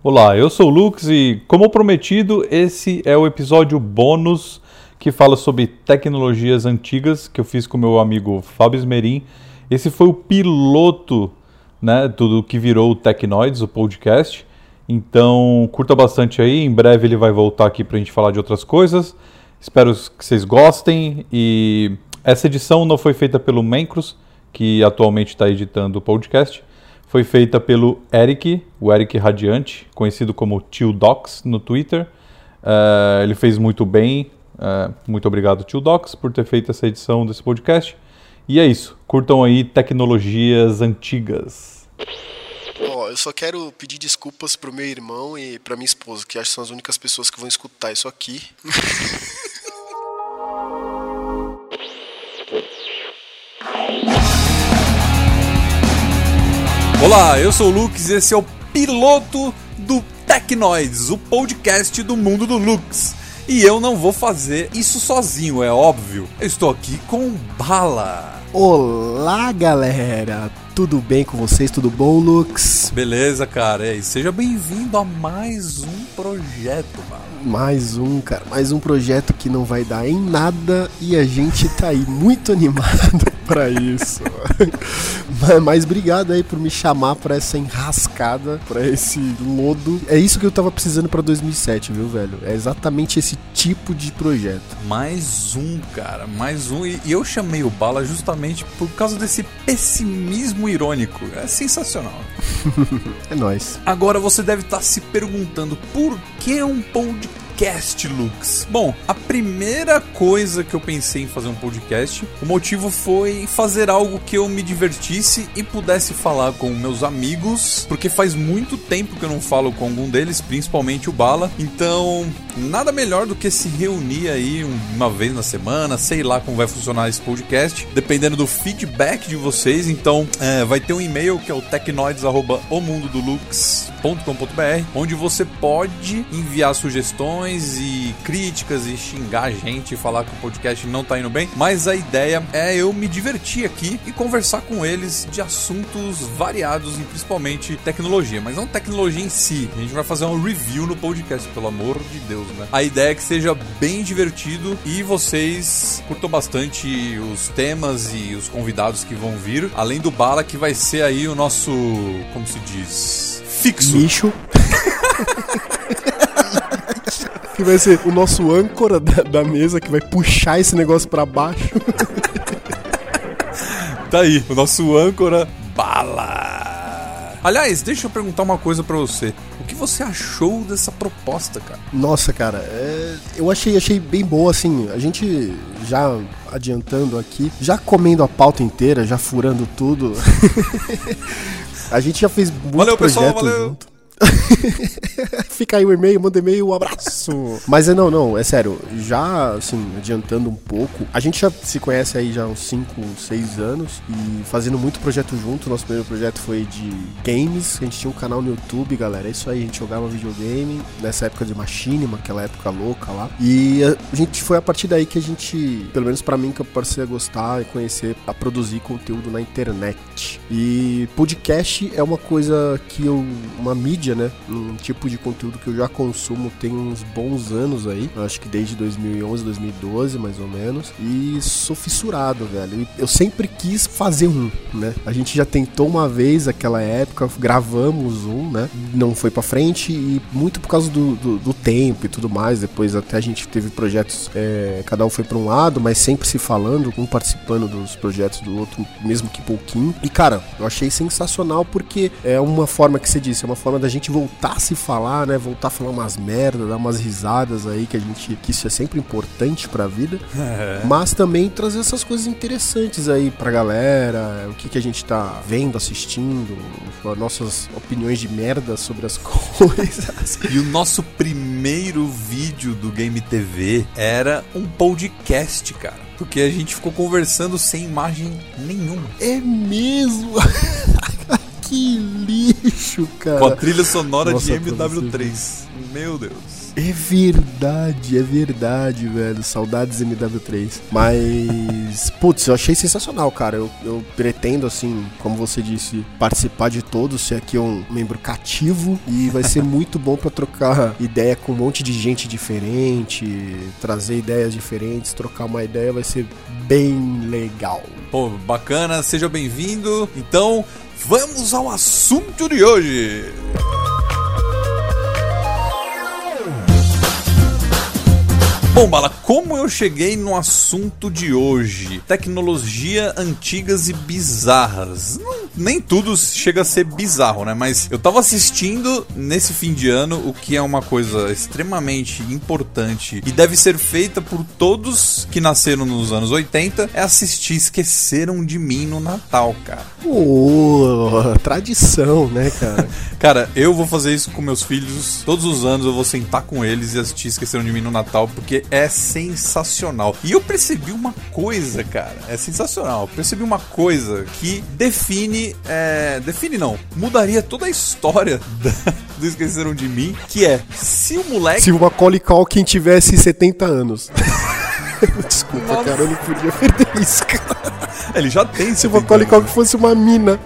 Olá, eu sou o Lux e, como prometido, esse é o episódio bônus que fala sobre tecnologias antigas que eu fiz com meu amigo Fábio Esmerim. Esse foi o piloto, né, do que virou o Tecnoids, o podcast. Então, curta bastante aí. Em breve ele vai voltar aqui pra gente falar de outras coisas. Espero que vocês gostem. E essa edição não foi feita pelo Mencros, que atualmente está editando o podcast. Foi feita pelo Eric, o Eric Radiante, conhecido como Tio Docs no Twitter. Ele fez muito bem. Muito obrigado, Tio Docs, por ter feito essa edição desse podcast. E é isso. Curtam aí tecnologias antigas. Eu só quero pedir desculpas pro meu irmão e pra minha esposa, que acho que são as únicas pessoas que vão escutar isso aqui. Olá, eu sou o Lux e esse é o piloto do Tecnoids, o podcast do mundo do Lux. E eu não vou fazer isso sozinho, é óbvio. Eu estou aqui com o Bala. Olá, galera. Tudo bem com vocês? Tudo bom, Lux? Beleza, cara. E seja bem-vindo a mais um projeto, mano. Mais um projeto que não vai dar em nada e a gente tá aí muito animado pra isso. Mas obrigado aí por me chamar pra essa enrascada, pra esse lodo. É isso que eu tava precisando pra 2007, viu, velho? É exatamente esse tipo de projeto. Mais um, cara, mais um. E eu chamei o Bala justamente por causa desse pessimismo irônico. É sensacional. É nóis. Agora você deve estar se perguntando por que um podcast, Lux? Bom, a primeira coisa que eu pensei em fazer um podcast, o motivo foi fazer algo que eu me divertisse e pudesse falar com meus amigos, porque faz muito tempo que eu não falo com algum deles, principalmente o Bala. Então, nada melhor do que se reunir aí uma vez na semana, sei lá como vai funcionar esse podcast, dependendo do feedback de vocês. Então, vai ter um e-mail que é o tecnoids@omundodolux.com.br, onde você pode enviar sugestões e críticas e xingar a gente e falar que o podcast não tá indo bem, mas a ideia é eu me divertir aqui e conversar com eles de assuntos variados e principalmente tecnologia, mas não tecnologia em si. A gente vai fazer um review no podcast, pelo amor de Deus, né? A ideia é que seja bem divertido e vocês curtam bastante os temas e os convidados que vão vir, além do Bala, que vai ser aí o nosso, como se diz, fixo. Lixo. Que vai ser o nosso âncora da mesa, que vai puxar esse negócio pra baixo. Tá aí, o nosso âncora Bala. Aliás, deixa eu perguntar uma coisa pra você. O que você achou dessa proposta, cara? Nossa, cara, eu achei bem boa, assim. A gente já adiantando aqui, já comendo a pauta inteira, já furando tudo. A gente já fez muito valeu, projeto pessoal, valeu. Junto. Fica aí o e-mail, manda e-mail, um abraço. Mas não, é sério. Já, assim, adiantando um pouco, a gente já se conhece aí já há uns 5, 6 anos e fazendo muito projeto junto. Nosso primeiro projeto foi de games. A gente tinha um canal no YouTube, galera. É isso aí, a gente jogava videogame nessa época de Machinima, aquela época louca lá. E a gente foi a partir daí que a gente, pelo menos pra mim, que eu passei a gostar e conhecer, a produzir conteúdo na internet. E podcast é uma coisa que uma mídia, né? Um tipo de conteúdo que eu já consumo tem uns bons anos aí. Eu acho que desde 2011, 2012, mais ou menos. E sou fissurado, velho. E eu sempre quis fazer um, né? A gente já tentou uma vez naquela época, gravamos um, né? Não foi pra frente e muito por causa do tempo e tudo mais. Depois até a gente teve projetos, cada um foi pra um lado, mas sempre se falando, um participando dos projetos do outro, mesmo que pouquinho. E, cara, eu achei sensacional porque é uma forma que você disse, é uma forma da gente voltar a se falar, né? Voltar a falar umas merdas, dar umas risadas aí que isso é sempre importante pra vida. Mas também trazer essas coisas interessantes aí pra galera, o que a gente tá vendo, assistindo, nossas opiniões de merda sobre as coisas. E o nosso primeiro vídeo do Game TV era um podcast, cara. Porque a gente ficou conversando sem imagem nenhuma. É mesmo? Que lixo, cara. Com a trilha sonora Nossa, de MW3. Meu Deus. É verdade, velho. Saudades MW3. Mas, putz, eu achei sensacional, cara. Eu pretendo, assim, como você disse, participar de todos, ser aqui um membro cativo. E vai ser muito bom pra trocar ideia com um monte de gente diferente, trazer ideias diferentes, trocar uma ideia, vai ser bem legal. Pô, bacana, seja bem-vindo. Então, vamos ao assunto de hoje. Bom, Bala, como eu cheguei no assunto de hoje? Tecnologia antigas e bizarras. Nem tudo chega a ser bizarro, né? Mas eu tava assistindo nesse fim de ano, o que é uma coisa extremamente importante e deve ser feita por todos que nasceram nos anos 80, é assistir Esqueceram de Mim no Natal, cara. Tradição, né, cara? Cara, eu vou fazer isso com meus filhos. Todos os anos eu vou sentar com eles e assistir Esqueceram de Mim no Natal, porque é sensacional. E eu percebi uma coisa, cara. É sensacional. Eu percebi uma coisa que mudaria toda a história do Esqueceram de Mim, que é, se o moleque... Se o Macaulay Culkin tivesse 70 anos. Desculpa, nossa, cara, eu não podia perder isso, cara. Ele já tem. Se o Macaulay Culkin fosse uma mina.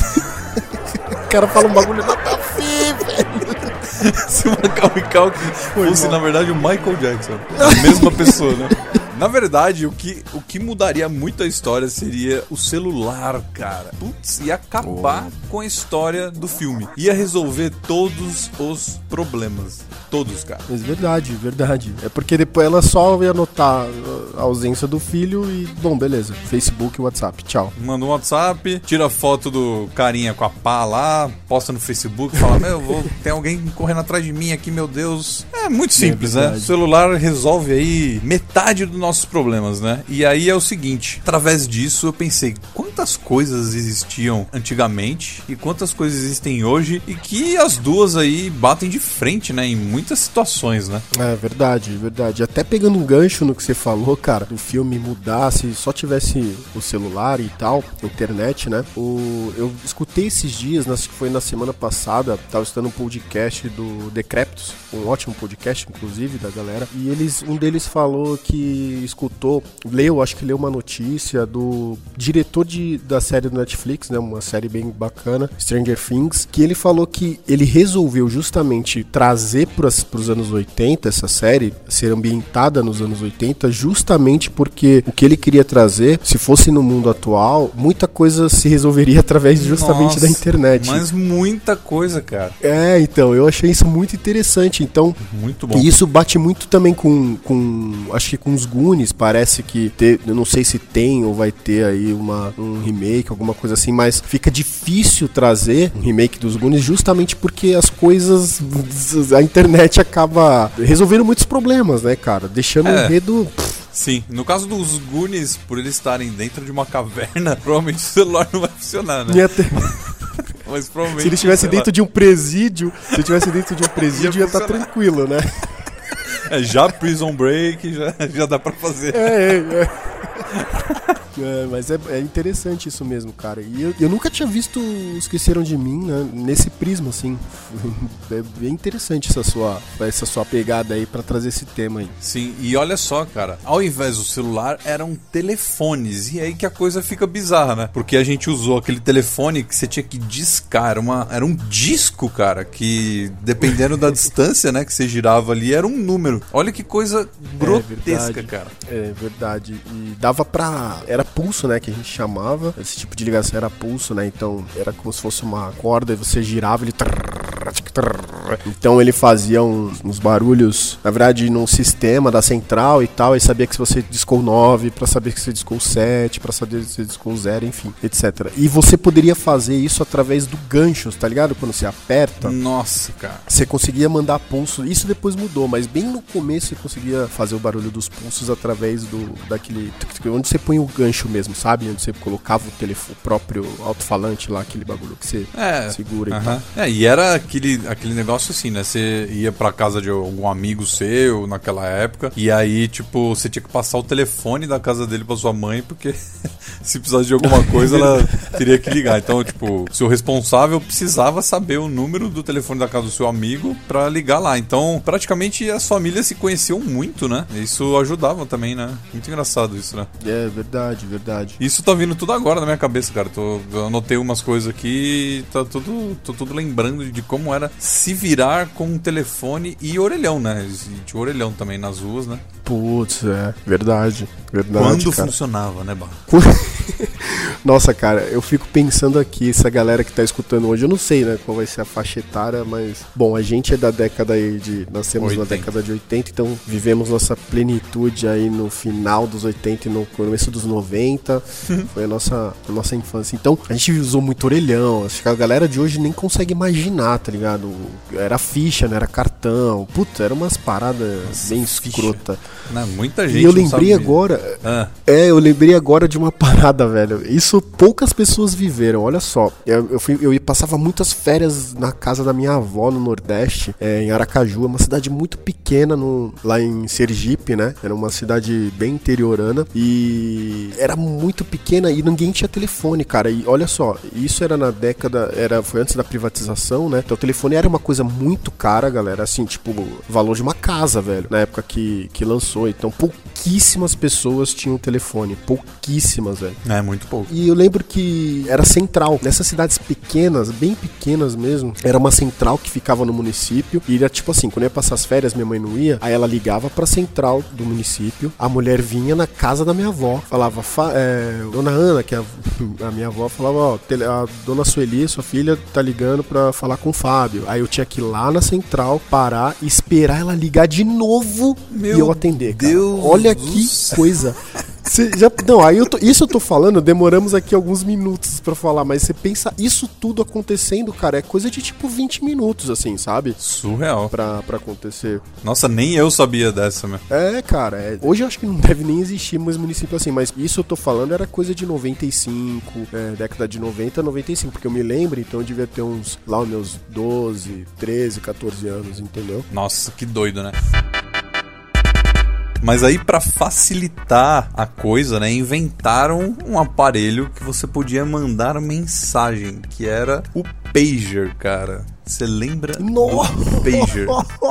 O cara fala um bagulho nada a ver, velho. Se o Macaulay Culkin fosse, na verdade, o Michael Jackson. A mesma pessoa, né? Na verdade, o que mudaria muito a história seria o celular, cara. Putz, ia acabar com a história do filme. Ia resolver todos os problemas. Todos, cara. Mas verdade. É porque depois ela só ia notar a ausência do filho e, bom, beleza. Facebook e WhatsApp, tchau. Manda um WhatsApp, tira a foto do carinha com a pá lá, posta no Facebook, fala, tem alguém correndo atrás de mim aqui, meu Deus. É muito simples, né? O celular resolve aí metade dos nossos problemas, né? E aí é o seguinte, através disso eu pensei, quantas coisas existiam antigamente e quantas coisas existem hoje e que as duas aí batem de frente, né? Em muitas situações, né? É verdade. Até pegando um gancho no que você falou, cara, do filme mudar, se só tivesse o celular e tal, a internet, né? Eu escutei esses dias, acho que foi na semana passada, tava escutando um podcast do Decréptos, um ótimo podcast, inclusive, da galera, e um deles falou que acho que leu uma notícia do diretor da série do Netflix, né, uma série bem bacana, Stranger Things, que ele falou que ele resolveu justamente trazer para os anos 80 essa série, ser ambientada nos anos 80, justamente porque o que ele queria trazer, se fosse no mundo atual, muita coisa se resolveria através justamente da internet. Mas muita coisa, cara. Então, eu achei isso muito interessante, então... Muito bom. E isso bate muito também com acho que com os Goonies, parece que eu não sei se tem ou vai ter aí um remake, alguma coisa assim, mas fica difícil trazer um remake dos Goonies justamente porque as coisas, a internet acaba resolvendo muitos problemas, né, cara? Deixando o enredo... Sim, no caso dos Goonies, por eles estarem dentro de uma caverna, provavelmente o celular não vai funcionar, né? Mas provavelmente... Se ele estivesse dentro de um presídio, ia estar tranquilo, né? Já Prison Break, já dá pra fazer. Mas é interessante isso mesmo, cara. E eu nunca tinha visto Esqueceram de Mim, né, nesse prisma, assim. É bem interessante essa sua pegada aí pra trazer esse tema aí. Sim, e olha só, cara, ao invés do celular, eram telefones. E aí que a coisa fica bizarra, né? Porque a gente usou aquele telefone que você tinha que discar. Era um disco, cara, que dependendo da distância, né, que você girava ali, era um número. Olha que coisa grotesca, cara. É verdade. E dava pra... Era pulso, né, que a gente chamava. Esse tipo de ligação era pulso, né? Então era como se fosse uma corda e você girava ele... Então ele fazia uns barulhos, na verdade, num sistema da central e tal, e sabia que se você discou 9, pra saber que você discou 7, pra saber se você discou 0, enfim, etc. E você poderia fazer isso através do gancho, tá ligado? Quando você aperta. Nossa, cara. Você conseguia mandar pulso. Isso depois mudou, mas bem no começo você conseguia fazer o barulho dos pulsos através daquele... Onde você põe o gancho mesmo, sabe? Onde você colocava o próprio alto-falante lá, aquele bagulho que você segura e tal. E era aquele negócio negócio assim, né? Você ia pra casa de algum amigo seu naquela época, e aí, tipo, você tinha que passar o telefone da casa dele pra sua mãe, porque se precisasse de alguma coisa, ela teria que ligar. Então, tipo, o seu responsável precisava saber o número do telefone da casa do seu amigo pra ligar lá. Então, praticamente as famílias se conheciam muito, né? Isso ajudava também, né? Muito engraçado isso, né? É, verdade, verdade. Isso tá vindo tudo agora na minha cabeça, cara. Eu anotei umas coisas aqui e tô tudo lembrando de como era se virar com um telefone e orelhão, né? Tinha orelhão também nas ruas, né? Putz, verdade. Quando cara. Funcionava, né, Barra? Nossa, cara, eu fico pensando aqui, essa galera que tá escutando hoje, eu não sei, né, qual vai ser a faixa etária, mas, bom, a gente é da década aí de, nascemos 80. Na década de 80, então vivemos nossa plenitude aí no final dos 80 e no começo dos 90, foi a nossa infância. Então, a gente usou muito orelhão, acho que a galera de hoje nem consegue imaginar, tá ligado? Era ficha, né, era cartão, puta, era umas paradas bem escrota. Não, muita gente. E eu lembrei agora, eu lembrei agora de uma parada, velho. Isso poucas pessoas viveram, olha só. Eu passava muitas férias na casa da minha avó no Nordeste, em Aracaju, é uma cidade muito pequena lá em Sergipe, né? Era uma cidade bem interiorana e era muito pequena e ninguém tinha telefone, cara. E olha só, isso era na década, foi antes da privatização, né? Então o telefone era uma coisa muito cara, galera, assim, tipo, o valor de uma casa, velho, na época que lançou. Então pouquíssimas pessoas tinham telefone, pouquíssimas, velho. É, muito pouco. E eu lembro que era central, nessas cidades pequenas, bem pequenas mesmo, era uma central que ficava no município, e era tipo assim, quando eu ia passar as férias, minha mãe não ia, aí ela ligava pra central do município, a mulher vinha na casa da minha avó, falava, dona Ana, que é a minha avó, falava, ó, a dona Sueli, sua filha, tá ligando pra falar com o Fábio. Aí eu tinha que ir lá na central, parar e esperar ela ligar de novo e eu atender, cara. Deus, olha que coisa. Isso eu tô falando, demoramos aqui alguns minutos pra falar, mas você pensa isso tudo acontecendo, cara, é coisa de tipo 20 minutos, assim, sabe? Surreal. Pra acontecer. Nossa, nem eu sabia dessa, meu. Cara, hoje eu acho que não deve nem existir mais município assim, mas isso eu tô falando era coisa de 95, década de 90, 95, porque eu me lembro, então eu devia ter uns 12, 13, 14 anos, entendeu? Nossa, que doido, né? Mas aí, pra facilitar a coisa, né, inventaram um aparelho que você podia mandar mensagem, que era o pager, cara. Você lembra do pager?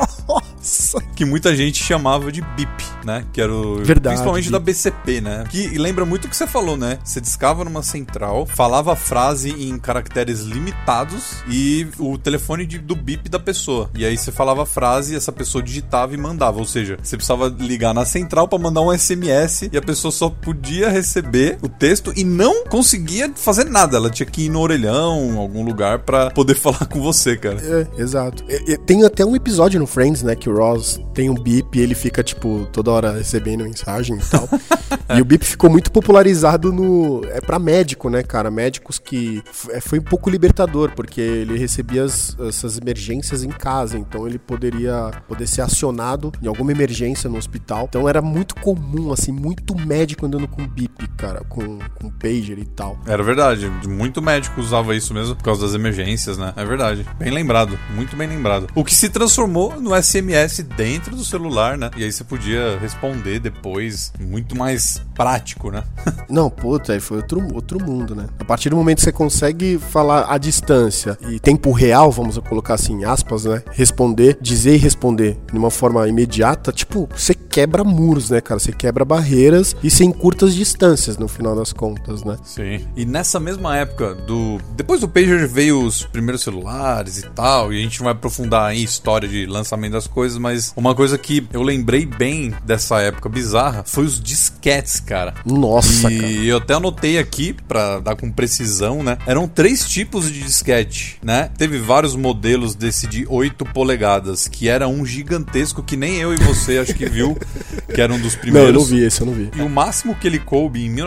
Nossa! Que muita gente chamava de bip, né? Que era o... Verdade, principalmente bip. da BCP, né? Que lembra muito o que você falou, né? Você discava numa central, falava a frase em caracteres limitados e o telefone do bip da pessoa. E aí você falava a frase e essa pessoa digitava e mandava. Ou seja, você precisava ligar na central pra mandar um SMS e a pessoa só podia receber o texto e não conseguia fazer nada. Ela tinha que ir no orelhão, em algum lugar, pra poder falar com você, cara. Exato. Tem até um episódio no Friends, né, que o Ross tem um bip e ele fica, tipo, toda hora recebendo mensagem e tal. E o bip ficou muito popularizado pra médico, né, cara? Médicos que... Foi um pouco libertador, porque ele recebia essas emergências em casa, então ele poder ser acionado em alguma emergência no hospital. Então era muito comum, assim, muito médico andando com bip, cara, com pager e tal. Era verdade. Muito médico usava isso mesmo por causa das emergências, né? É verdade. Bem lembrado. Muito bem lembrado. O que se transformou no SMS dentro do celular, né? E aí você podia responder depois. Muito mais prático, né? Não, puta, aí foi outro mundo, né? A partir do momento que você consegue falar à distância e tempo real, vamos colocar assim, aspas, né? Dizer e responder de uma forma imediata, tipo, você quebra muros, né, cara? Você quebra barreiras e você encurta as distâncias, no final das contas, né? Sim. E nessa mesma época depois do pager veio os primeiros celulares e tal, e a gente não vai aprofundar em história de lançamento das coisas, mas uma coisa que eu lembrei bem dessa época bizarra foi os disquetes, cara. Nossa, cara. E eu até anotei aqui, pra dar com precisão, né? Eram 3 tipos de disquete, né? Teve vários modelos desse de 8 polegadas, que era um gigantesco que nem eu e você acho que viu, que era um dos primeiros. Não, eu não vi. E o máximo que ele coube em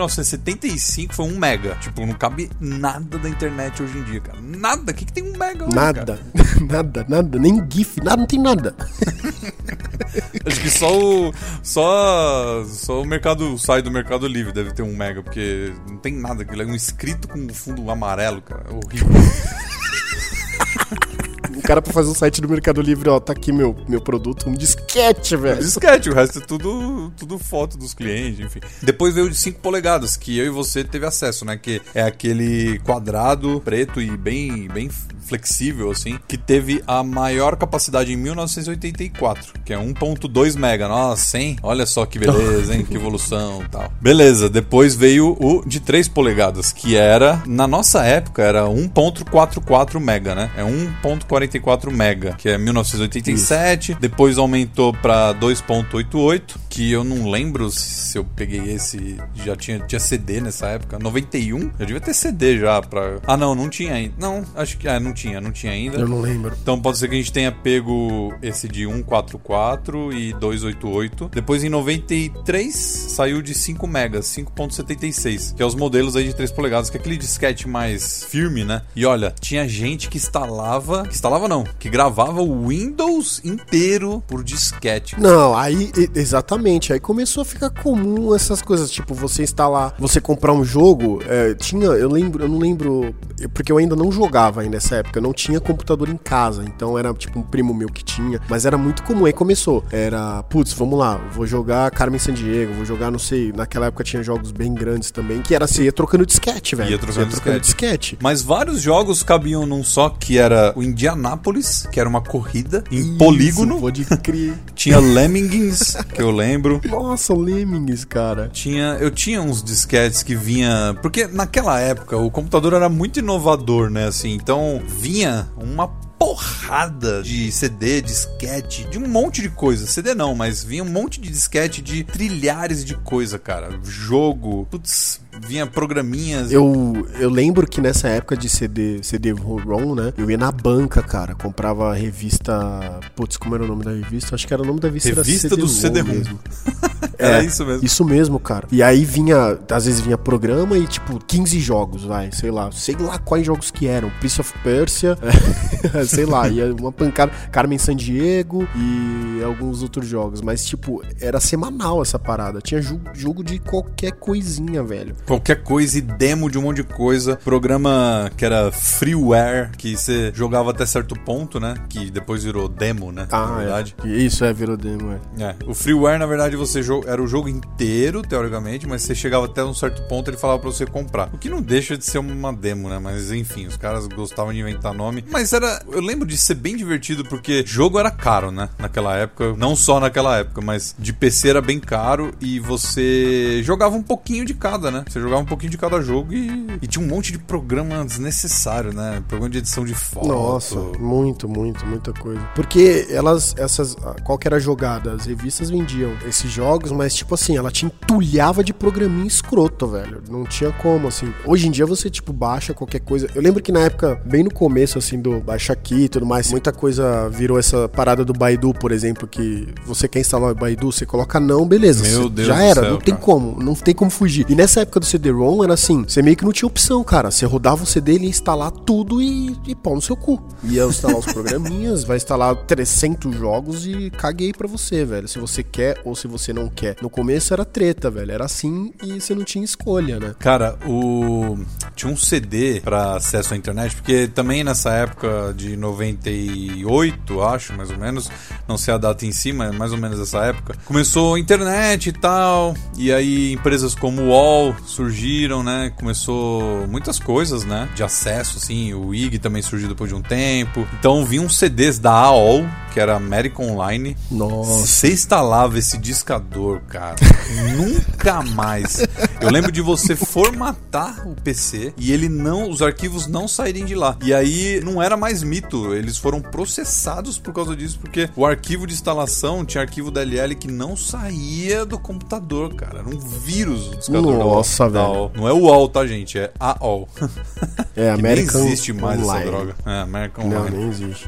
1975 foi 1 mega. Tipo, não cabe nada da internet hoje em dia, cara. Nada. O que tem 1 mega hoje, nada. Cara? Nada. Nem GIF, nada, não tem nada. Acho que só o site do Mercado Livre deve ter 1 mega, porque não tem nada. Aquilo é um escrito com fundo amarelo, cara. É horrível. cara pra fazer um site do Mercado Livre, ó, tá aqui meu produto, um disquete, velho. Disquete, o resto é tudo foto dos clientes, enfim. Depois veio o de 5 polegadas, que eu e você teve acesso, né? Que é aquele quadrado preto e bem flexível, assim, que teve a maior capacidade em 1984, que é 1.2 mega. Nossa, hein? Olha só que beleza, hein? Que evolução e tal. Beleza, depois veio o de 3 polegadas, que era, na nossa época, era 1.44 mega, né? É 1.44 mega, que é 1987. Isso. Depois aumentou pra 2.88, que eu não lembro se eu peguei esse, já tinha CD nessa época. 91? Eu devia ter CD já pra... Ah, não tinha ainda. Não, acho que... não tinha ainda. Eu não lembro. Então pode ser que a gente tenha pego esse de 144 e 288. Depois em 93 saiu de 5 megas, 5.76, que é os modelos aí de 3 polegadas, que é aquele disquete mais firme, né? E olha, tinha gente que que gravava o Windows inteiro por disquete. Não, aí, exatamente, aí começou a ficar comum essas coisas, tipo, você instalar, você comprar um jogo, eu não lembro, porque eu ainda não jogava ainda nessa época, eu não tinha computador em casa, então era tipo um primo meu que tinha, mas era muito comum, aí começou, vamos lá, vou jogar Carmen Sandiego, vou jogar, não sei, naquela época tinha jogos bem grandes também, que era você ia trocando disquete, velho. Ia trocando disquete. Mas vários jogos cabiam num só, que era o Indianápolis, que era uma corrida em polígono. Pode crer. Tinha Lemmings, que eu lembro. Nossa, Lemmings, cara. Eu tinha uns disquetes que vinha... Porque naquela época o computador era muito inovador, né, assim, então vinha uma porrada de CD, disquete, de um monte de coisa. CD não, mas vinha um monte de disquete de trilhares de coisa, cara. Jogo, vinha programinhas. Eu lembro que nessa época de CD-ROM, né, eu ia na banca, cara, comprava a revista... como era o nome da revista? Acho que era o nome da revista. Revista do CD-ROM mesmo. Era isso mesmo. Isso mesmo, cara. E aí às vezes vinha programa e tipo 15 jogos, sei lá quais jogos que eram. Prince of Persia, sei lá, ia uma pancada, Carmen Sandiego e alguns outros jogos, mas tipo, era semanal essa parada, tinha jogo de qualquer coisinha, velho. Qualquer coisa e demo de um monte de coisa, programa que era freeware, que você jogava até certo ponto, né, que depois virou demo, né, na verdade. Isso, virou demo, o freeware, na verdade, era o jogo inteiro, teoricamente, mas você chegava até um certo ponto, ele falava pra você comprar, o que não deixa de ser uma demo, né, mas enfim, os caras gostavam de inventar nome, mas eu lembro de ser bem divertido, porque jogo era caro, né, naquela época, não só naquela época, mas de PC era bem caro e você jogava um pouquinho de cada, né, você jogava um pouquinho de cada jogo e tinha um monte de programa desnecessário, né, programa de edição de foto. Nossa, muita coisa. Porque qual que era a jogada? As revistas vendiam esses jogos, mas tipo assim, ela te entulhava de programinha escroto, velho, não tinha como, assim. Hoje em dia você, tipo, baixa qualquer coisa. Eu lembro que na época, bem no começo, assim, do baixa aqui e tudo mais, muita coisa virou essa parada do Baidu, por exemplo, que você quer instalar o Baidu, você coloca não, beleza. Meu Deus já era, do céu, não tem como fugir. E nessa época do CD-ROM era assim, você meio que não tinha opção, cara. Você rodava o CD, ele ia instalar tudo e pau no seu cu. Ia instalar os programinhas, vai instalar 300 jogos e caguei pra você, velho. Se você quer ou se você não quer. No começo era treta, velho. Era assim e você não tinha escolha, né? Cara, tinha um CD pra acesso à internet, porque também nessa época de 98, acho, mais ou menos, não sei a data em si, mas mais ou menos essa época, começou a internet e tal, e aí empresas como o UOL surgiram, né, começou muitas coisas, né, de acesso, assim, o IG também surgiu depois de um tempo, então vinham CDs da AOL, que era American Online. Nossa. Você instalava esse discador, cara, nunca mais. Eu lembro de você formatar o PC e os arquivos não saírem de lá. E aí não era mais mito, eles foram processados por causa disso, porque o arquivo de instalação tinha arquivo DLL que não saía do computador, cara. Era um vírus o discador. Nossa, da velho. Não é o UOL, tá, gente? É AOL. É, American nem existe mais Online. essa droga. É, American Online. Não, nem existe.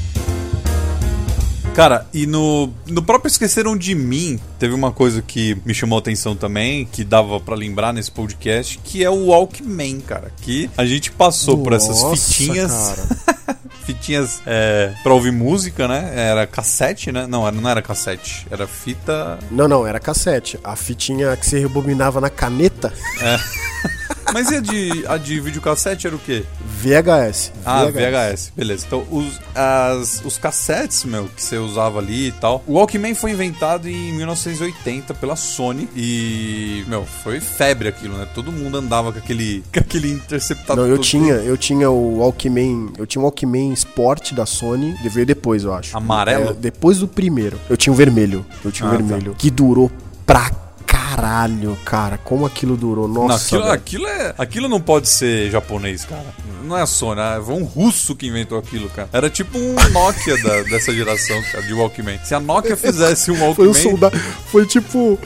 Cara, e no próprio Esqueceram de Mim, teve uma coisa que me chamou a atenção também, que dava pra lembrar nesse podcast, que é o Walkman, cara. Que a gente passou por essas fitinhas... Cara. Fitinhas pra ouvir música, né? Era cassete, né? Não era cassete. Era fita... Não, era cassete. A fitinha que você rebobinava na caneta... Mas e a de videocassete era o quê? VHS. Ah, VHS. Beleza. Então, os cassetes, meu, que você usava ali e tal. O Walkman foi inventado em 1980 pela Sony e, meu, foi febre aquilo, né? Todo mundo andava com aquele interceptador. Não, eu tinha o Walkman, um Walkman Sport da Sony, veio depois, eu acho. Amarelo? Depois do primeiro. Eu tinha o vermelho. Tá. Que durou pra caralho, cara. Como aquilo durou, nossa. Não, aquilo não pode ser japonês, cara. Não é a Sony, foi um russo que inventou aquilo, cara. Era tipo um Nokia dessa geração, cara, de Walkman. Se a Nokia fizesse um Walkman... Foi um soldado... Foi tipo...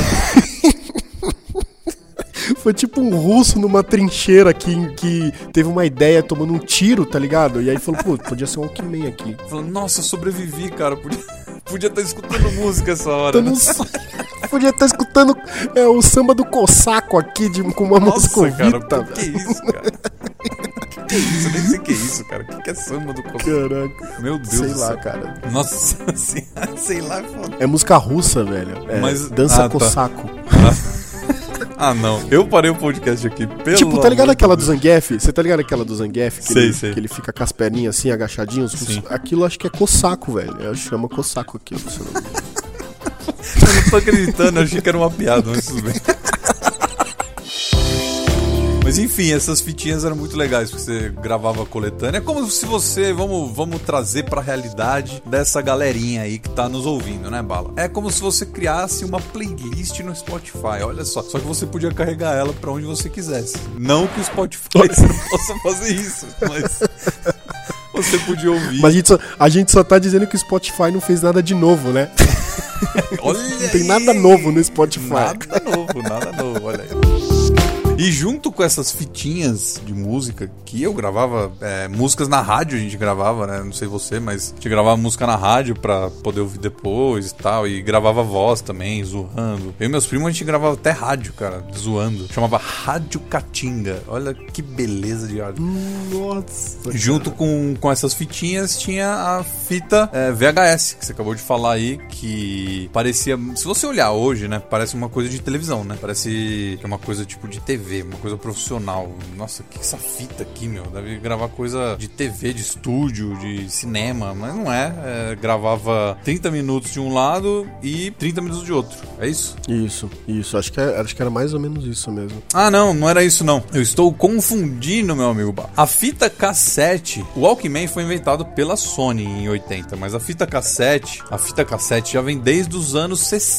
Foi tipo um russo numa trincheira que teve uma ideia tomando um tiro, tá ligado? E aí falou, pô, podia ser um Walkman aqui. Falou, nossa, sobrevivi, cara. Podia estar escutando música essa hora. Podia estar escutando o samba do Cossaco aqui com uma moscovita. Cara, que isso, cara? Que isso? Eu nem sei o que é isso, cara. O que é samba do Cossaco? Caraca. Meu Deus sei do lá, céu. cara. Nossa senhora, sei lá, é foda. É música russa, velho. Dança Cossaco. Ah, não. Eu parei o podcast aqui, pelo tipo, tá ligado amor aquela de do Zangief? Você tá ligado aquela do Zangief? Sei. Que ele fica com as perninhas assim, agachadinhos? Sim. Aquilo acho que é Cossaco, velho. Eu chamo Cossaco aquilo. Eu não tô acreditando, eu achei que era uma piada, mas tudo bem. Mas enfim, essas fitinhas eram muito legais, porque você gravava coletânea. É como se você, vamos trazer pra realidade dessa galerinha aí que tá nos ouvindo, né, Bala? É como se você criasse uma playlist no Spotify, olha só. Só que você podia carregar ela pra onde você quisesse. Não que o Spotify não possa fazer isso, mas... Você podia ouvir. Mas a gente só tá dizendo que o Spotify não fez nada de novo, né? Olha não tem nada novo no Spotify. Nada novo, olha aí. E junto com essas fitinhas de música que eu gravava, músicas na rádio a gente gravava, né? Não sei você, mas a gente gravava música na rádio pra poder ouvir depois e tal. E gravava voz também, zoando. Eu e meus primos a gente gravava até rádio, cara, zoando. Chamava Rádio Catinga. Olha que beleza de áudio. Nossa. Junto com essas fitinhas tinha a fita VHS, que você acabou de falar aí, que parecia... Se você olhar hoje, né? Parece uma coisa de televisão, né? Parece que é uma coisa tipo de TV. Uma coisa profissional. Nossa, que essa fita aqui, meu? Deve gravar coisa de TV, de estúdio, de cinema, mas não é. Gravava 30 minutos de um lado e 30 minutos de outro. É isso? Isso. Acho que era mais ou menos isso mesmo. Ah, não era isso não. Eu estou confundindo, meu amigo. A fita cassete, o Walkman foi inventado pela Sony em 80, mas a fita cassete já vem desde os anos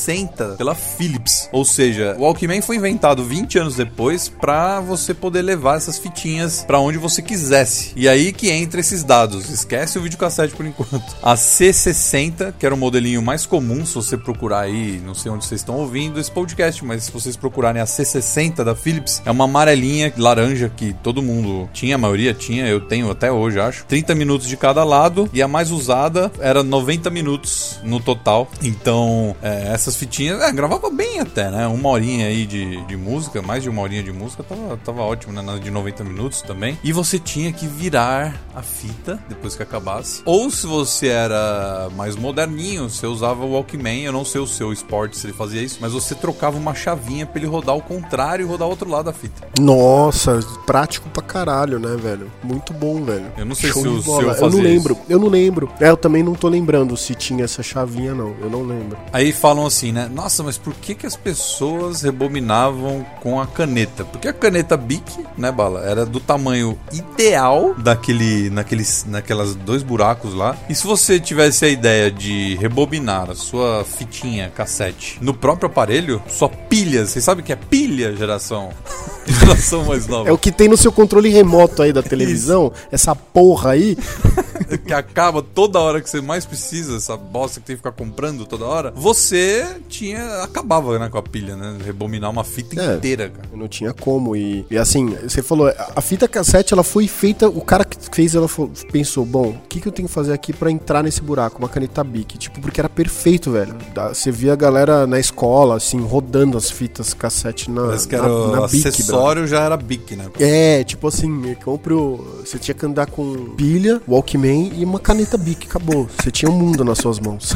60 pela Philips. Ou seja, o Walkman foi inventado 20 anos depois pra você poder levar essas fitinhas pra onde você quisesse. E aí que entra esses dados. Esquece o videocassete por enquanto. A C60, que era o modelinho mais comum, se você procurar aí, não sei onde vocês estão ouvindo esse podcast, mas se vocês procurarem a C60 da Philips, é uma amarelinha laranja que todo mundo tinha, a maioria tinha, eu tenho até hoje, acho. 30 minutos de cada lado e a mais usada era 90 minutos no total. Então, essas fitinhas, gravava bem até, né? Uma horinha aí de música, mais de uma horinha de música, tava ótimo, né? De 90 minutos também. E você tinha que virar a fita depois que acabasse. Ou se você era mais moderninho, você usava o Walkman. Eu não sei o seu Sport se ele fazia isso, mas você trocava uma chavinha pra ele rodar ao contrário e rodar ao outro lado da fita. Nossa, prático pra caralho, né, velho? Muito bom, velho. Eu não sei Show se o de seu bola. fazia Eu não lembro. Eu também não tô lembrando se tinha essa chavinha, não. Eu não lembro. Aí falam assim, né? Nossa, mas por que as pessoas rebobinavam com a caneta? Porque a caneta Bic, né, Bala, era do tamanho ideal naquelas dois buracos lá. E se você tivesse a ideia de rebobinar a sua fitinha cassete no próprio aparelho, sua pilha, vocês sabem o que é pilha, geração mais nova? É o que tem no seu controle remoto aí da televisão, essa porra aí. Que acaba toda hora que você mais precisa, essa bosta que tem que ficar comprando toda hora, você acabava, né, com a pilha, né, rebobinar uma fita inteira, cara. Não tinha como, e assim, você falou, a fita cassete, ela foi feita, o cara que fez, ela pensou, bom, o que eu tenho que fazer aqui pra entrar nesse buraco? Uma caneta Bic, tipo, porque era perfeito, velho. Você via a galera na escola, assim, rodando as fitas cassete na Parece que era o Bic, acessório, já era Bic, né? Tipo assim, você tinha que andar com pilha, Walkman Pac-Man e uma caneta Bic, acabou. Você tinha um mundo nas suas mãos.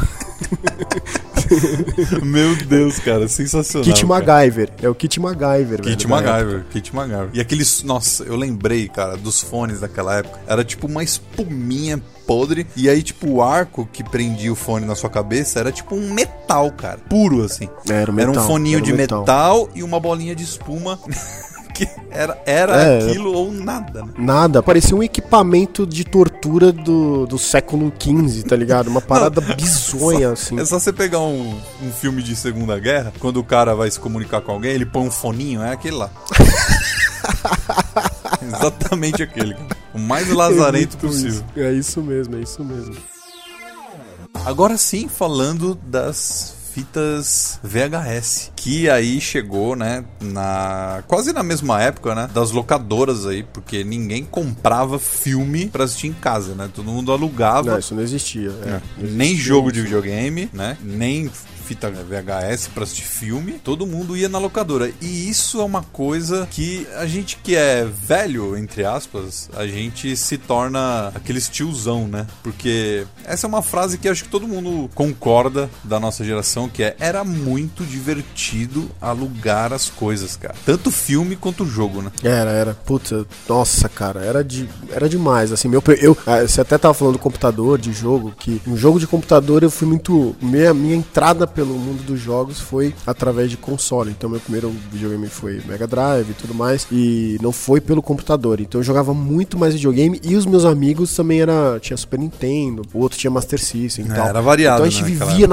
Meu Deus, cara, sensacional. Kit cara. MacGyver, é o Kit MacGyver. Kit MacGyver. E aqueles, nossa, eu lembrei, cara, dos fones daquela época. Era tipo uma espuminha podre. E aí, tipo, o arco que prendia o fone na sua cabeça era tipo um metal, cara. Puro, assim. Era um foninho de metal e uma bolinha de espuma. Que era aquilo ou nada, né? Nada, parecia um equipamento de tortura do século XV, tá ligado? Uma parada bizonha, assim. É só você pegar um filme de Segunda Guerra, quando o cara vai se comunicar com alguém, ele põe um foninho, é aquele lá. Exatamente aquele. O mais lazarento possível. É isso mesmo. Agora sim, falando das fitas VHS, que aí chegou, né, quase na mesma época, né, das locadoras aí, porque ninguém comprava filme pra assistir em casa, né, todo mundo alugava. Não, isso não existia. Não existia nem jogo de videogame, né, nem fita VHS pra assistir filme, todo mundo ia na locadora. E isso é uma coisa que a gente que é velho, entre aspas, a gente se torna aqueles tiozão, né? Porque essa é uma frase que acho que todo mundo concorda da nossa geração, que era muito divertido alugar as coisas, cara. Tanto filme quanto jogo, né? Era. Puta, nossa, cara, era demais, assim, você até tava falando do computador, de jogo, que um jogo de computador eu fui muito, minha entrada pelo mundo dos jogos foi através de console. Então meu primeiro videogame foi Mega Drive e tudo mais, e não foi pelo computador. Então eu jogava muito mais videogame, e os meus amigos também tinha Super Nintendo, o outro tinha Master System e tal. Era variado, então a gente vivia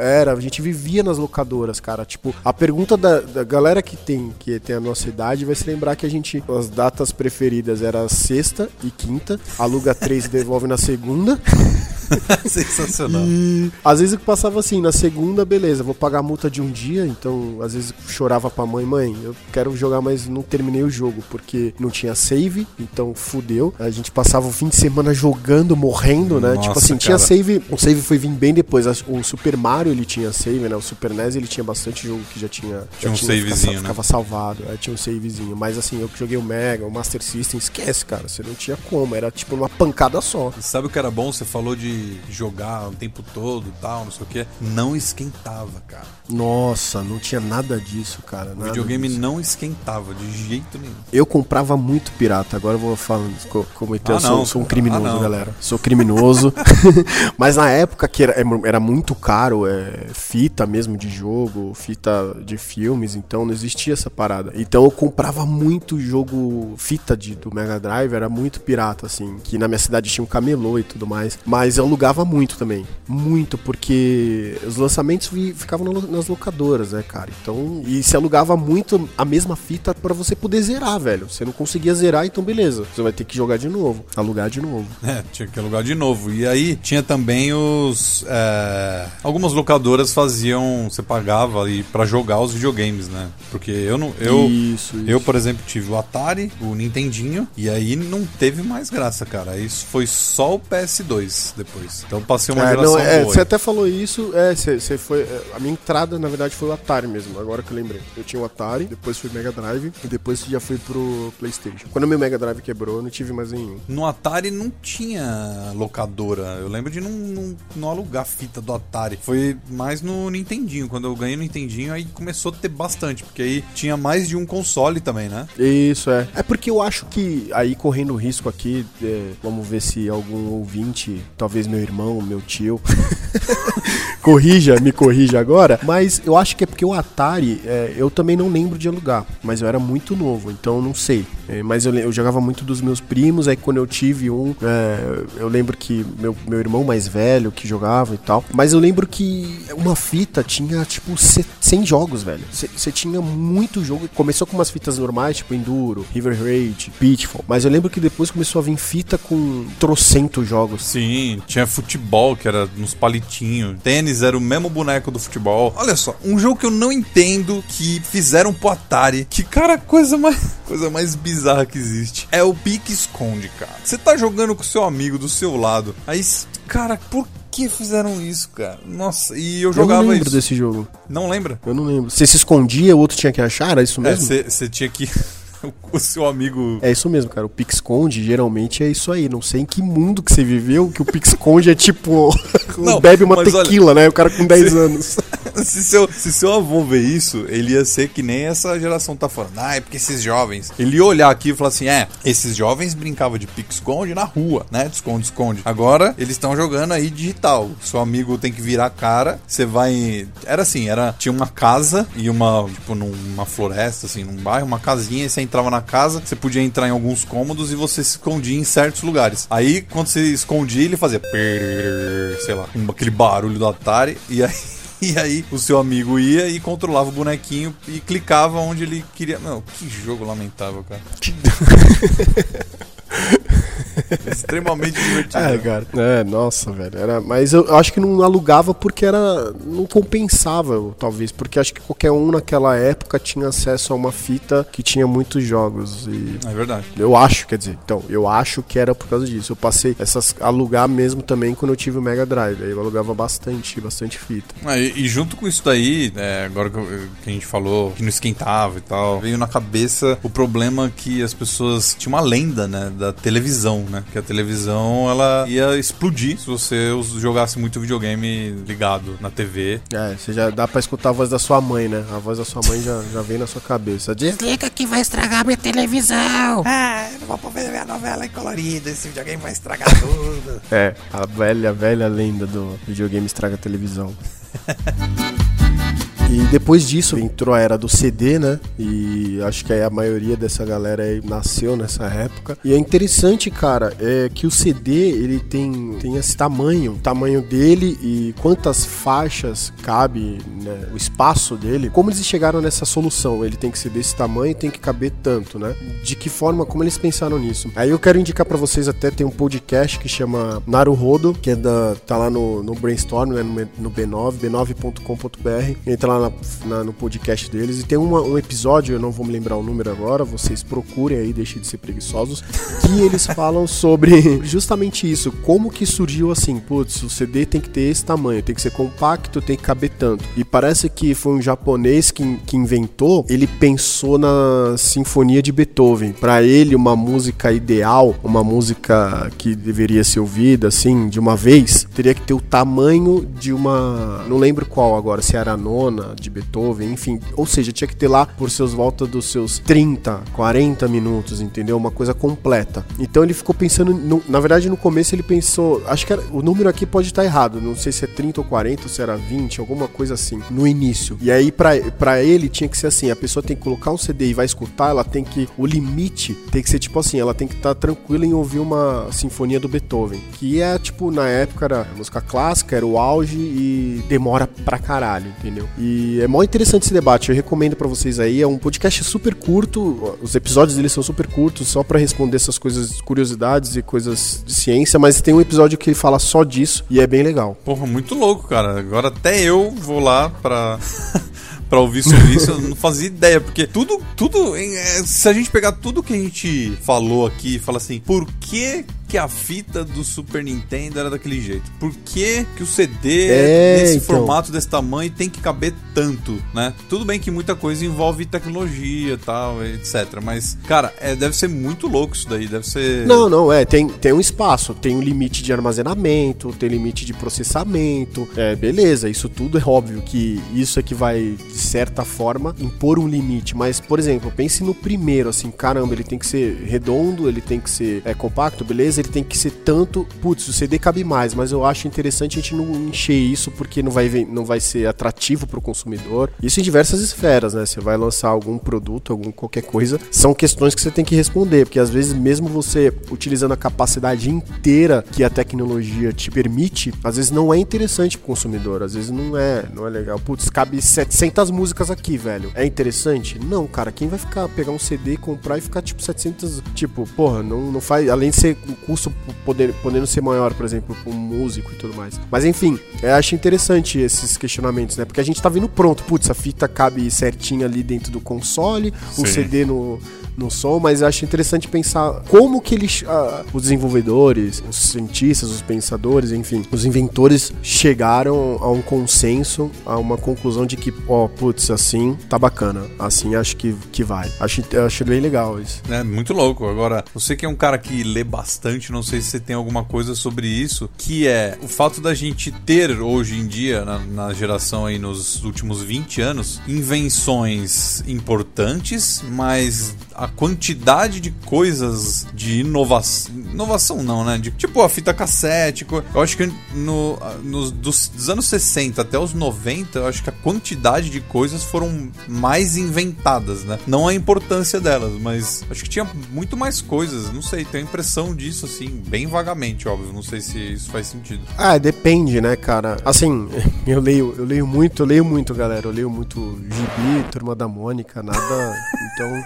nas locadoras, cara. Tipo, a pergunta da galera que tem a nossa idade vai se lembrar que as datas preferidas eram sexta e quinta, aluga 3 e devolve na segunda. Sensacional. E às vezes eu passava assim, na segunda, beleza, vou pagar a multa de um dia, então às vezes chorava pra mãe, eu quero jogar, mas não terminei o jogo, porque não tinha save, então fudeu. A gente passava o fim de semana jogando, morrendo, né? Nossa, tipo assim, cara. tinha save, o save foi vir bem depois, o Super Mario ele tinha save, né? O Super NES ele tinha bastante jogo que já tinha um savezinho, ficava salvado, tinha um savezinho, mas assim, eu que joguei o Mega, o Master System, esquece, cara, você não tinha como, era tipo uma pancada só. E sabe o que era bom? Você falou de jogar o tempo todo e tal, não sei o que. Não esquentava, cara. Nossa, não tinha nada disso, cara. O videogame não esquentava de jeito nenhum. Eu comprava muito pirata, agora eu vou falando como eu sou um criminoso, galera. Sou criminoso. Mas na época que era muito caro, fita mesmo de jogo, fita de filmes, então não existia essa parada. Então eu comprava muito jogo, fita do Mega Drive, era muito pirata, assim, que na minha cidade tinha um camelô e tudo mais. Mas eu alugava muito também. Muito, porque os lançamentos ficavam nas locadoras, né, cara? Então, e se alugava muito a mesma fita pra você poder zerar, velho. Você não conseguia zerar, então beleza. Você vai ter que jogar de novo, alugar de novo. Tinha que alugar de novo. E aí tinha também algumas locadoras faziam, você pagava ali pra jogar os videogames, né? Porque eu, por exemplo, tive o Atari, o Nintendinho, e aí não teve mais graça, cara. Isso foi só o PS2 depois. Então passei uma geração boa. Você até falou isso, você foi. A minha entrada, na verdade, foi o Atari mesmo, agora que eu lembrei. Eu tinha o Atari, depois fui o Mega Drive, e depois já fui pro PlayStation. Quando o meu Mega Drive quebrou, eu não tive mais nenhum. No Atari não tinha locadora. Eu lembro de não alugar fita do Atari. Foi mais no Nintendinho. Quando eu ganhei no Nintendinho, aí começou a ter bastante, porque aí tinha mais de um console também, né? Isso, É porque eu acho que, aí correndo o risco aqui, vamos ver se algum ouvinte, talvez meu irmão, meu tio, me corrija agora, mas eu acho que é porque o Atari, eu também não lembro de alugar, mas eu era muito novo, então eu não sei. Mas eu jogava muito dos meus primos, aí quando eu tive eu lembro que meu irmão mais velho que jogava e tal, mas eu lembro que uma fita tinha tipo 100 jogos, velho. Você tinha muito jogo, começou com umas fitas normais, tipo Enduro, River Raid, Pitfall, mas eu lembro que depois começou a vir fita com trocentos jogos. Sim, tinha futebol, que era nos palitinhos, tênis era o mesmo boneco do futebol. Olha só, um jogo que eu não entendo que fizeram pro Atari, que cara, coisa mais bizarra que existe, é o pique-esconde, cara. Você tá jogando com o seu amigo do seu lado, aí, cara, por que fizeram isso, cara? Nossa, e eu jogava isso. Eu não lembro desse jogo. Não lembra? Eu não lembro. Você se escondia, o outro tinha que achar, era isso mesmo? Você tinha que... o seu amigo... É isso mesmo, cara. O pique-esconde geralmente é isso aí. Não sei em que mundo que você viveu, que o pique-esconde é tipo... Não, bebe uma mas tequila, olha, né? O cara com 10 anos. Se seu avô ver isso, ele ia ser que nem essa geração tá falando. Ah, é porque esses jovens... Ele ia olhar aqui e falar assim, esses jovens brincavam de pique-esconde na rua, né? De esconde-esconde. Agora, eles estão jogando aí digital. Seu amigo tem que virar a cara, você vai... Era assim, tinha uma casa e numa floresta, assim, num bairro, uma casinha, e você entrava na casa, você podia entrar em alguns cômodos e você se escondia em certos lugares. Aí, quando você escondia, ele fazia... sei lá, aquele barulho do Atari, e aí o seu amigo ia e controlava o bonequinho e clicava onde ele queria... Não, que jogo lamentável, cara. Extremamente divertido. Cara. Nossa, velho. Mas eu acho que não alugava porque não compensava, talvez. Porque acho que qualquer um naquela época tinha acesso a uma fita que tinha muitos jogos. É verdade. Eu acho, quer dizer, eu acho que era por causa disso. Eu passei a alugar mesmo também quando eu tive o Mega Drive. Aí eu alugava bastante fita. E junto com isso daí, agora que a gente falou que não esquentava e tal, veio na cabeça o problema que as pessoas... Tinha uma lenda, né, da televisão, né? Que a televisão, ela ia explodir se você jogasse muito videogame ligado na TV. Você já dá pra escutar a voz da sua mãe, né? A voz da sua mãe já vem na sua cabeça. Desliga que vai estragar minha televisão. Eu não vou poder ver minha novela em colorido, esse videogame vai estragar tudo. A velha lenda do videogame estraga a televisão. E depois disso entrou a era do CD, né? E acho que aí a maioria dessa galera aí nasceu nessa época. E é interessante, cara, que o CD, ele tem esse tamanho, o tamanho dele e quantas faixas cabe, né, o espaço dele. Como eles chegaram nessa solução? Ele tem que ser desse tamanho e tem que caber tanto, né? De que forma, como eles pensaram nisso? Aí eu quero indicar pra vocês, até tem um podcast que chama Naruhodo, que tá lá no Brainstorm, né, no B9, b9.com.br. Entra lá no podcast deles, e tem um episódio, eu não vou me lembrar o número agora, vocês procurem aí, deixem de ser preguiçosos, que eles falam sobre justamente isso, como que surgiu assim, putz, o CD tem que ter esse tamanho, tem que ser compacto, tem que caber tanto, e parece que foi um japonês que inventou, ele pensou na Sinfonia de Beethoven, pra ele uma música ideal, uma música que deveria ser ouvida assim, de uma vez, teria que ter o tamanho de uma, não lembro qual agora, se era a nona de Beethoven, enfim, ou seja, tinha que ter lá por volta dos seus 30, 40 minutos, entendeu? Uma coisa completa. Então ele ficou pensando, na verdade no começo ele pensou, acho que o número aqui pode estar errado, não sei se é 30 ou 40, ou se era 20, alguma coisa assim, no início. E aí pra ele tinha que ser assim, a pessoa tem que colocar um CD e vai escutar, ela tem que, o limite tem que ser tipo assim, ela tem que estar tranquila em ouvir uma sinfonia do Beethoven, que é tipo, na época era música clássica, era o auge e demora pra caralho, entendeu? E é mó interessante esse debate, eu recomendo pra vocês aí, é um podcast super curto, os episódios deles são super curtos, só pra responder essas coisas, curiosidades e coisas de ciência, mas tem um episódio que ele fala só disso e é bem legal. Porra, muito louco, cara. Agora até eu vou lá pra ouvir sobre isso, eu não fazia ideia, porque tudo, se a gente pegar tudo que a gente falou aqui e fala assim, por que a fita do Super Nintendo era daquele jeito? Por que o CD nesse formato desse tamanho tem que caber tanto, né? Tudo bem que muita coisa envolve tecnologia e tal, etc. Mas, cara, deve ser muito louco isso daí, deve ser... Não, tem um espaço, tem um limite de armazenamento, tem limite de processamento, beleza, isso tudo é óbvio que isso é que vai, de certa forma, impor um limite, mas, por exemplo, pense no primeiro, assim, caramba, ele tem que ser redondo, ele tem que ser compacto, beleza? Ele tem que ser tanto, putz, o CD cabe mais, mas eu acho interessante a gente não encher isso porque não vai ser atrativo pro consumidor. Isso em diversas esferas, né? Você vai lançar algum produto, qualquer coisa, são questões que você tem que responder, porque às vezes mesmo você utilizando a capacidade inteira que a tecnologia te permite, às vezes não é interessante pro consumidor, às vezes não é legal. Putz, cabe 700 músicas aqui, velho. É interessante? Não, cara, quem vai pegar um CD, comprar e ficar tipo 700, tipo, porra, não faz, além de ser um custo podendo ser maior, por exemplo, para um músico e tudo mais. Mas enfim, eu acho interessante esses questionamentos, né? Porque a gente tá vindo pronto, putz, a fita cabe certinho ali dentro do console, o CD no no som, mas eu acho interessante pensar como que eles, os desenvolvedores, os cientistas, os pensadores, enfim, os inventores chegaram a um consenso, a uma conclusão de que, assim tá bacana, assim acho que vai. Acho bem legal isso. É muito louco. Agora, você que é um cara que lê bastante, não sei se você tem alguma coisa sobre isso, que é o fato da gente ter hoje em dia, na geração aí nos últimos 20 anos, invenções importantes, mas a quantidade de coisas de inovação não, né? Tipo a fita cassete, eu acho que dos anos 60 até os 90, eu acho que a quantidade de coisas foram mais inventadas, né? Não a importância delas, mas acho que tinha muito mais coisas, não sei, tenho a impressão disso, assim, bem vagamente, óbvio, não sei se isso faz sentido. Depende, né, cara? Assim, eu leio muito, galera, eu leio muito Gibi, Turma da Mônica, nada, então...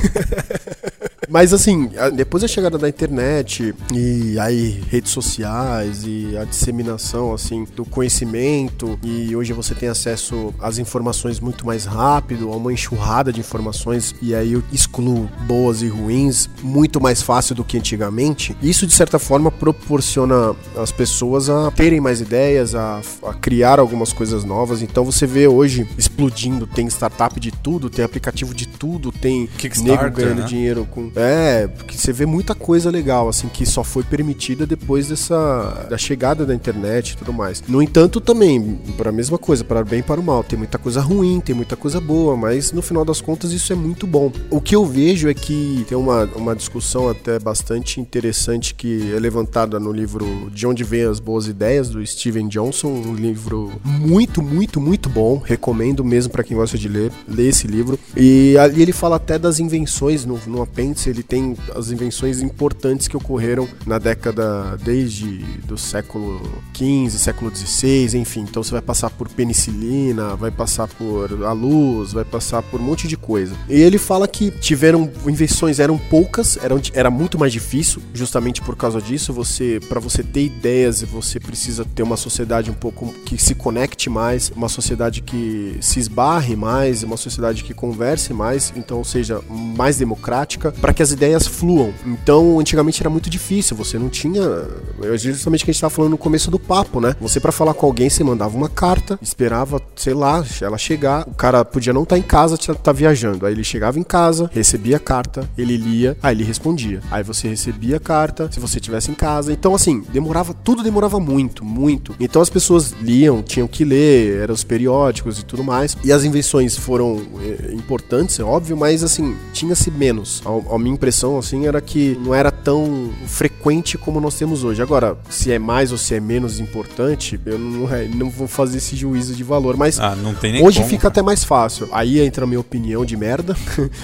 Mas assim, depois da chegada da internet e aí redes sociais e a disseminação assim do conhecimento, e hoje você tem acesso às informações muito mais rápido, a uma enxurrada de informações, e aí eu excluo boas e ruins muito mais fácil do que antigamente. Isso de certa forma proporciona as pessoas a terem mais ideias, a criar algumas coisas novas. Então você vê hoje explodindo, tem startup de tudo, tem aplicativo de tudo, tem nego ganhando dinheiro com... porque você vê muita coisa legal, assim, que só foi permitida depois da chegada da internet e tudo mais. No entanto, também, para a mesma coisa, para o bem e para o mal, tem muita coisa ruim, tem muita coisa boa, mas no final das contas isso é muito bom. O que eu vejo é que tem uma discussão até bastante interessante que é levantada no livro De Onde Vêm as Boas Ideias, do Steven Johnson, um livro muito, muito, muito bom, recomendo mesmo para quem gosta de ler esse livro. E ali ele fala até das invenções, no apêndice ele tem as invenções importantes que ocorreram na década desde do século XV, século XVI, enfim. Então você vai passar por penicilina, vai passar por a luz, vai passar por um monte de coisa. E ele fala que invenções eram poucas, era muito mais difícil, justamente por causa disso. Para você ter ideias, você precisa ter uma sociedade um pouco que se conecte mais, uma sociedade que se esbarre mais, uma sociedade que converse mais, então, ou seja, mais democrática, para que as ideias fluam. Então, antigamente era muito difícil, você não tinha... Justamente o que a gente estava falando no começo do papo, né? Você, para falar com alguém, você mandava uma carta, esperava, sei lá, ela chegar, o cara podia não estar em casa, tá viajando, aí ele chegava em casa, recebia a carta, ele lia, aí ele respondia. Aí você recebia a carta, se você estivesse em casa. Então, assim, tudo demorava muito, muito. Então as pessoas liam, tinham que ler, eram os periódicos e tudo mais. E as invenções foram importantes, é óbvio, mas, assim, tinha-se menos. A minha impressão, assim, era que não era tão frequente como nós temos hoje. Agora, se é mais ou se é menos importante, eu não vou fazer esse juízo de valor, mas não tem nem hoje como, fica até mais fácil. Aí entra a minha opinião de merda,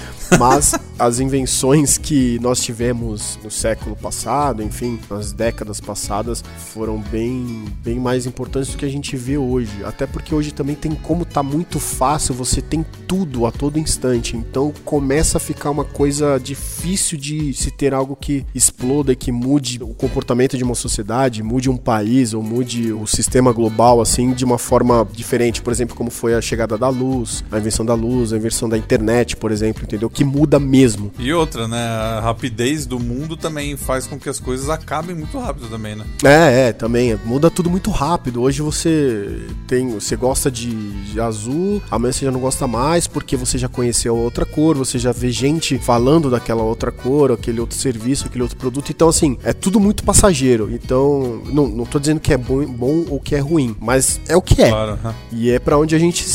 mas as invenções que nós tivemos no século passado, enfim, nas décadas passadas, foram bem mais importantes do que a gente vê hoje. Até porque hoje também tem como tá muito fácil, você tem tudo a todo instante. Então começa a ficar uma coisa difícil de se ter algo que exploda e que mude o comportamento de uma sociedade, mude um país ou mude o sistema global, assim, de uma forma diferente. Por exemplo, como foi a chegada da luz, a invenção da internet, por exemplo, entendeu? Que muda mesmo. E outra, né? A rapidez do mundo também faz com que as coisas acabem muito rápido também, né? Também. Muda tudo muito rápido. Hoje você gosta de azul, amanhã você já não gosta mais porque você já conheceu a outra cor, você já vê gente falando daquela outra cor, aquele outro serviço, aquele outro produto. Então, assim, é tudo muito passageiro. Então, não tô dizendo que é bom ou que é ruim, mas é o que é. Claro, E é pra onde a gente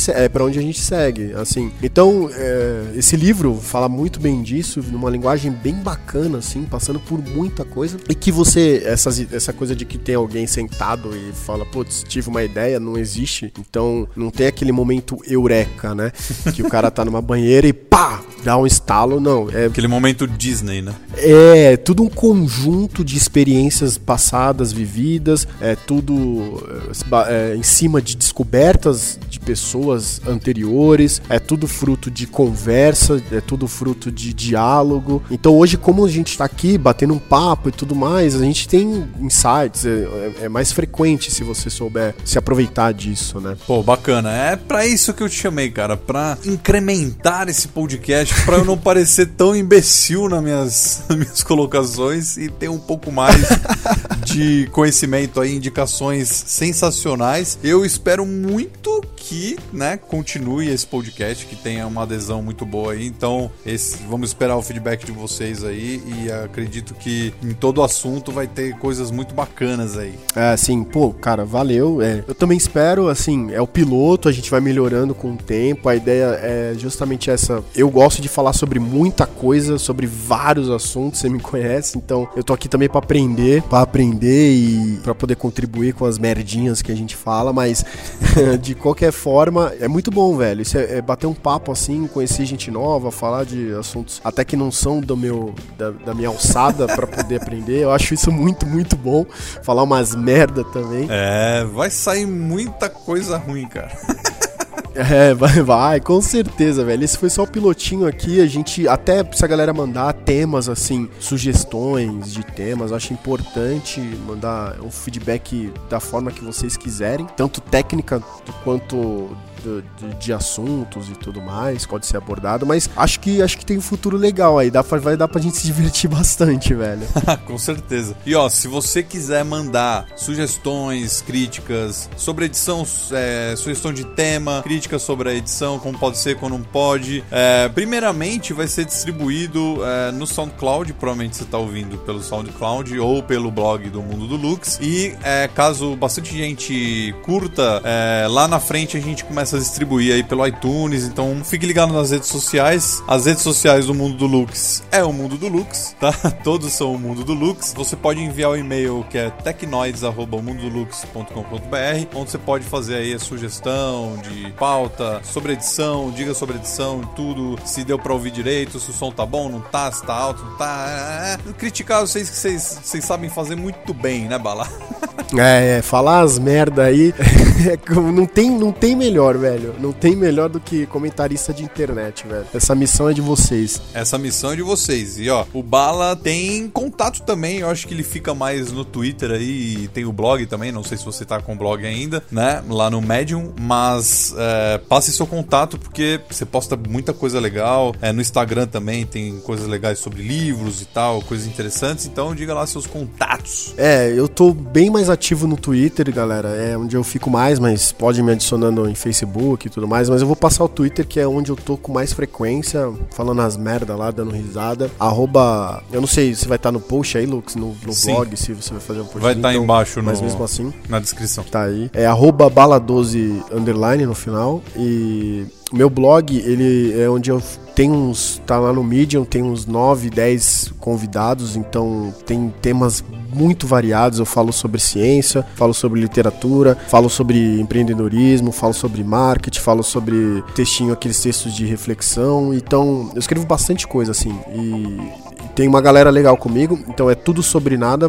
segue, assim. Então, esse livro fala muito bem disso, numa linguagem bem bacana, assim, passando por muita coisa. E que essa coisa de que tem alguém sentado e fala, putz, tive uma ideia, não existe. Então, não tem aquele momento eureka, né? Que o cara tá numa banheira e pá, dá um estalo, não. Aquele momento Disney, né? É tudo um conjunto de experiências passadas, vividas, tudo em cima de descobertas de pessoas anteriores, é tudo fruto de conversa, é tudo fruto de diálogo. Então hoje, como a gente tá aqui batendo um papo e tudo mais, a gente tem insights, é mais frequente se você souber se aproveitar disso, né? Pô, bacana. É pra isso que eu te chamei, cara, pra incrementar esse podcast, pra eu não parecer tão imbecil nas minhas colocações e ter um pouco mais de conhecimento aí, indicações sensacionais. Eu espero muito que, né, continue esse podcast, que tenha uma adesão muito boa aí. Então, vamos esperar o feedback de vocês aí e acredito que em todo o assunto vai ter coisas muito bacanas aí. Assim, pô, cara, valeu. Eu também espero, assim, é o piloto, a gente vai melhorando com o tempo. A ideia é justamente essa. Eu gosto de falar sobre muita coisa, sobre vários assuntos, você me conhece, então eu tô aqui também pra aprender e pra poder contribuir com as merdinhas que a gente fala, mas de qualquer forma, é muito bom, velho. Isso é bater um papo assim, conhecer gente nova, falar de assuntos até que não são da minha alçada pra poder aprender. Eu acho isso muito, muito bom. Falar umas merda também. Vai sair muita coisa ruim, cara. Vai, com certeza, velho. Esse foi só o pilotinho aqui. A gente, até se a galera mandar temas, assim, sugestões de temas, eu acho importante mandar um feedback da forma que vocês quiserem, tanto técnica quanto de assuntos e tudo mais, pode ser abordado, mas acho que tem um futuro legal aí, vai dar pra gente se divertir bastante, velho. Com certeza. E ó, se você quiser mandar sugestões, críticas sobre edição, sugestão de tema, críticas sobre a edição, como pode ser, como não pode, primeiramente vai ser distribuído no SoundCloud, provavelmente você tá ouvindo pelo SoundCloud ou pelo blog do Mundo do Lux, e caso bastante gente curta, lá na frente a gente começa a distribuir aí pelo iTunes, então fique ligado nas redes sociais. As redes sociais do Mundo do Lux é o Mundo do Lux, tá? Todos são o Mundo do Lux. Você pode enviar o e-mail que é tecnoides@mundodolux.com.br, onde você pode fazer aí a sugestão de pauta sobre edição, diga sobre edição, tudo, se deu pra ouvir direito, se o som tá bom, não tá, se tá alto, não tá. Criticar vocês que vocês sabem fazer muito bem, né, Bala? Falar as merda aí não tem melhor, velho. Não tem melhor do que comentarista de internet, velho. Essa missão é de vocês. E ó, o Bala tem contato também, eu acho que ele fica mais no Twitter aí, e tem o blog também, não sei se você tá com o blog ainda, né, lá no Medium, mas passe seu contato porque você posta muita coisa legal, no Instagram também tem coisas legais sobre livros e tal, coisas interessantes, então diga lá seus contatos. Eu tô bem mais ativo no Twitter, galera, é onde eu fico mais, mas pode me adicionando em Facebook e tudo mais, mas eu vou passar o Twitter, que é onde eu tô com mais frequência, falando as merda lá, dando risada, eu não sei se vai estar no post aí, Lux, no blog, se você vai fazer um post. Vai estar embaixo mas mesmo assim, na descrição. Tá aí. É @bala12_ no final, e o meu blog, ele é onde eu tenho tá lá no Medium, tem uns 9, 10 convidados, então tem temas muito variados. Eu falo sobre ciência, falo sobre literatura, falo sobre empreendedorismo, falo sobre marketing, falo sobre aqueles textos de reflexão. Então, eu escrevo bastante coisa, assim, e tem uma galera legal comigo, então é Tudo Sobre Nada,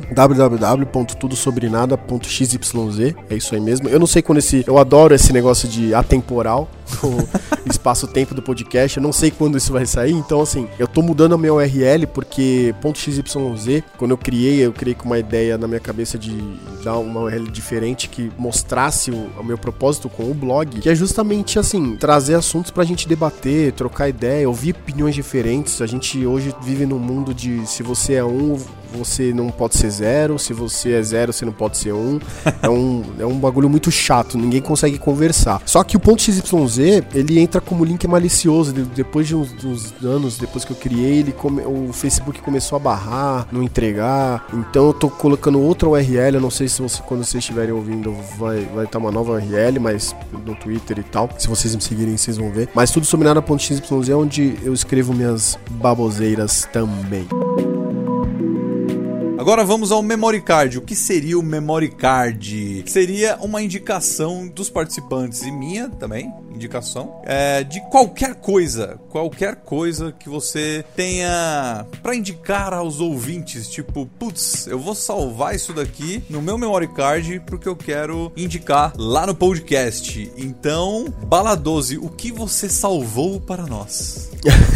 www.tudosobrenada.xyz, é isso aí mesmo. Eu não sei quando eu adoro esse negócio de atemporal, o espaço-tempo do podcast, eu não sei quando isso vai sair, então assim, eu tô mudando a minha URL porque .xyz, quando eu criei com uma ideia na minha cabeça de dar uma URL diferente que mostrasse o meu propósito com o blog, que é justamente assim, trazer assuntos pra gente debater, trocar ideia, ouvir opiniões diferentes. A gente hoje vive num mundo de se você é você não pode ser 0, se você é 0, você não pode ser 1. É um bagulho muito chato, ninguém consegue conversar. Só que o .xyz, ele entra como link malicioso. Depois de uns anos, depois que eu criei, o Facebook começou a barrar, não entregar. Então eu tô colocando outra URL, eu não sei se quando vocês estiverem ouvindo vai estar uma nova URL, mas no Twitter e tal. Se vocês me seguirem, vocês vão ver. Mas tudo sobre nada.xyz é onde eu escrevo minhas baboseiras também. Agora vamos ao Memory Card. O que seria o Memory Card? Seria uma indicação dos participantes e minha também, indicação, de qualquer coisa que você tenha pra indicar aos ouvintes, tipo, putz, eu vou salvar isso daqui no meu Memory Card porque eu quero indicar lá no podcast. Então, Bala12, o que você salvou para nós?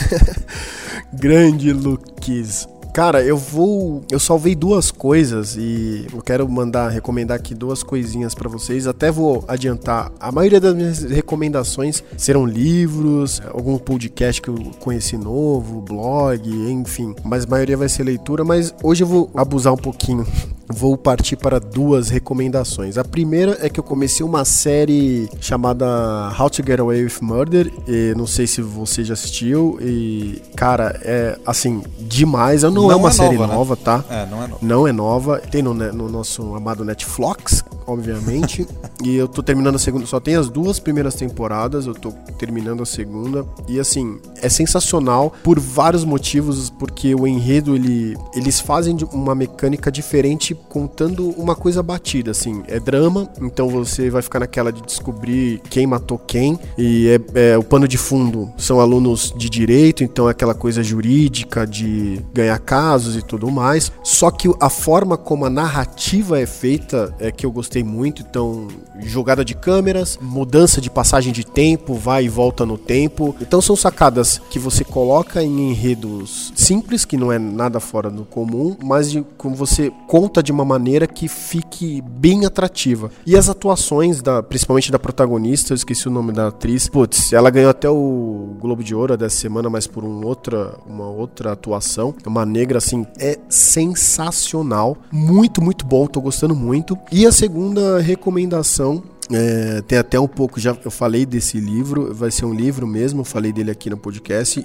Grande Lucas. Cara, eu salvei duas coisas e eu quero recomendar aqui duas coisinhas pra vocês. Até vou adiantar, a maioria das minhas recomendações serão livros, algum podcast que eu conheci novo, blog, enfim. Mas a maioria vai ser leitura, mas hoje eu vou abusar um pouquinho. Vou partir para duas recomendações. A primeira é que eu comecei uma série chamada How to Get Away with Murder. E não sei se você já assistiu. E, cara, é assim, demais. Não é uma série nova, né? Tá? Não é nova. Não é nova. Tem no nosso amado Netflix, obviamente. E eu tô terminando a segunda. Só tem as duas primeiras temporadas. Eu tô terminando a segunda. E assim, é sensacional por vários motivos. Porque o enredo, eles fazem uma mecânica diferente, contando uma coisa batida, assim, é drama, então você vai ficar naquela de descobrir quem matou quem, e o pano de fundo são alunos de direito, então é aquela coisa jurídica de ganhar casos e tudo mais, só que a forma como a narrativa é feita é que eu gostei muito, então jogada de câmeras, mudança de passagem de tempo, vai e volta no tempo, então são sacadas que você coloca em enredos simples, que não é nada fora do comum, mas como você conta de uma maneira que fique bem atrativa. E as atuações, principalmente da protagonista, eu esqueci o nome da atriz, putz, ela ganhou até o Globo de Ouro dessa semana, mas por uma outra atuação, uma negra, assim, é sensacional, muito, muito bom, tô gostando muito. E a segunda recomendação, tem até um pouco, já eu falei desse livro, vai ser um livro mesmo, eu falei dele aqui no podcast,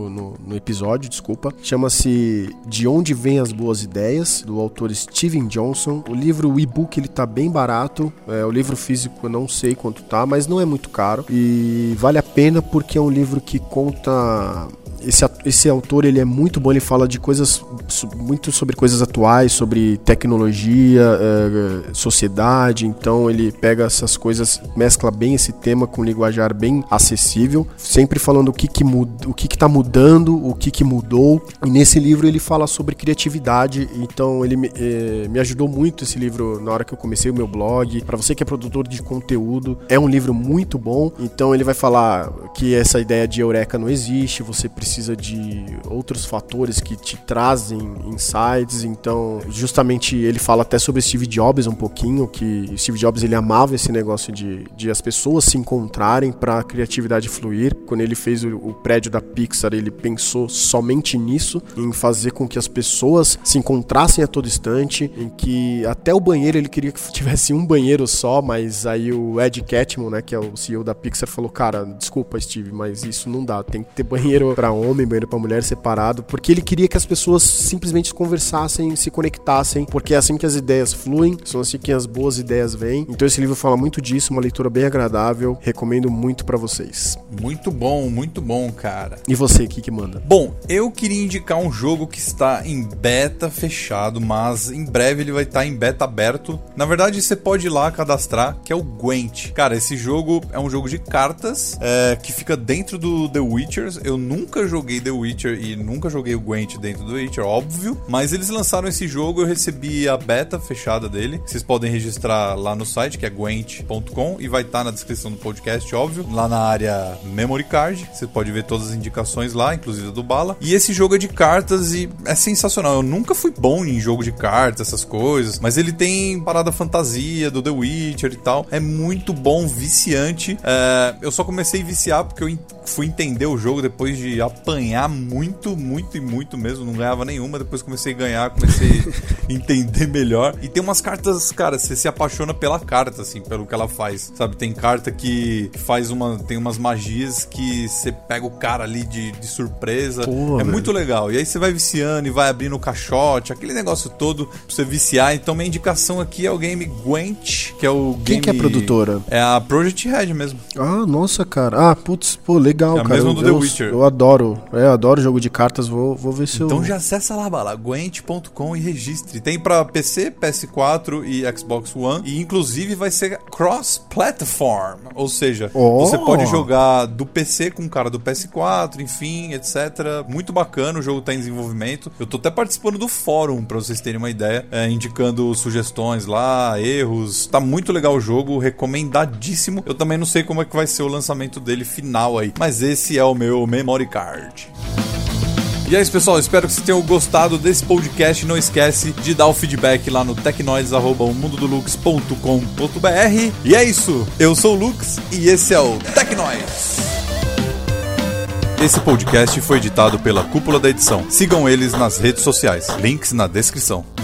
no episódio, desculpa, chama-se De Onde Vêm as Boas Ideias, do autor Steven Johnson. O livro, o e-book, ele tá bem barato, o livro físico eu não sei quanto tá, mas não é muito caro, e vale a pena porque é um livro que conta... Esse autor, ele é muito bom, ele fala de coisas, muito sobre coisas atuais, sobre tecnologia, sociedade, então ele pega essas coisas, mescla bem esse tema com um linguajar bem acessível, sempre falando o que tá mudando, o que mudou, e nesse livro ele fala sobre criatividade, então ele me ajudou muito esse livro na hora que eu comecei o meu blog. Para você que é produtor de conteúdo, é um livro muito bom, então ele vai falar que essa ideia de eureka não existe, você precisa de outros fatores que te trazem insights, então justamente ele fala até sobre Steve Jobs um pouquinho, que Steve Jobs ele amava esse negócio de as pessoas se encontrarem para a criatividade fluir. Quando ele fez o prédio da Pixar, ele pensou somente nisso, em fazer com que as pessoas se encontrassem a todo instante, em que até o banheiro ele queria que tivesse um banheiro só, mas aí o Ed Catmull, né, que é o CEO da Pixar, falou, cara, desculpa Steve, mas isso não dá, tem que ter banheiro para homem, banheiro pra mulher separado, porque ele queria que as pessoas simplesmente conversassem, se conectassem, porque é assim que as ideias fluem, são assim que as boas ideias vêm. Então esse livro fala muito disso, uma leitura bem agradável, recomendo muito pra vocês. Muito bom, cara. E você, o que manda? Bom, eu queria indicar um jogo que está em beta fechado, mas em breve ele vai estar em beta aberto. Na verdade, você pode ir lá cadastrar, que é o Gwent. Cara, esse jogo é um jogo de cartas, que fica dentro do The Witcher. Eu nunca joguei The Witcher e nunca joguei o Gwent dentro do Witcher, óbvio, mas eles lançaram esse jogo, eu recebi a beta fechada dele, vocês podem registrar lá no site, que é gwent.com, e vai estar na descrição do podcast, óbvio, lá na área Memory Card, você pode ver todas as indicações lá, inclusive do Bala, e esse jogo é de cartas e é sensacional, eu nunca fui bom em jogo de cartas, essas coisas, mas ele tem parada fantasia do The Witcher e tal, é muito bom, viciante, eu só comecei a viciar porque eu fui entender o jogo depois de apanhar muito mesmo, não ganhava nenhuma, depois comecei a ganhar, comecei a entender melhor, e tem umas cartas, cara, você se apaixona pela carta, assim, pelo que ela faz, sabe, tem carta que faz tem umas magias que você pega o cara ali de surpresa, muito legal, e aí você vai viciando e vai abrindo o caixote, aquele negócio todo pra você viciar, então minha indicação aqui é o game Gwent, que é o game... Quem que é a produtora? É a Project Red mesmo. Ah, nossa, cara, putz, pô, legal. legal, É a cara. mesma do The Witcher. Eu adoro jogo de cartas, vou ver se Então já acessa lá, gwent.com e registre. Tem pra PC, PS4 e Xbox One. E inclusive vai ser cross-platform. Ou seja, você pode jogar do PC com o cara do PS4, enfim, etc. Muito bacana, o jogo tá em desenvolvimento. Eu tô até participando do fórum, pra vocês terem uma ideia, indicando sugestões lá, erros. Tá muito legal o jogo, recomendadíssimo. Eu também não sei como é que vai ser o lançamento dele final aí, mas esse é o meu memory card. E é isso, pessoal, espero que vocês tenham gostado desse podcast. Não esquece de dar o feedback lá no tecnoids@omundodolux.com.br. E é isso, eu sou o Lux e esse é o Tecnoids. Esse podcast foi editado pela Cúpula da Edição. Sigam eles nas redes sociais, links na descrição.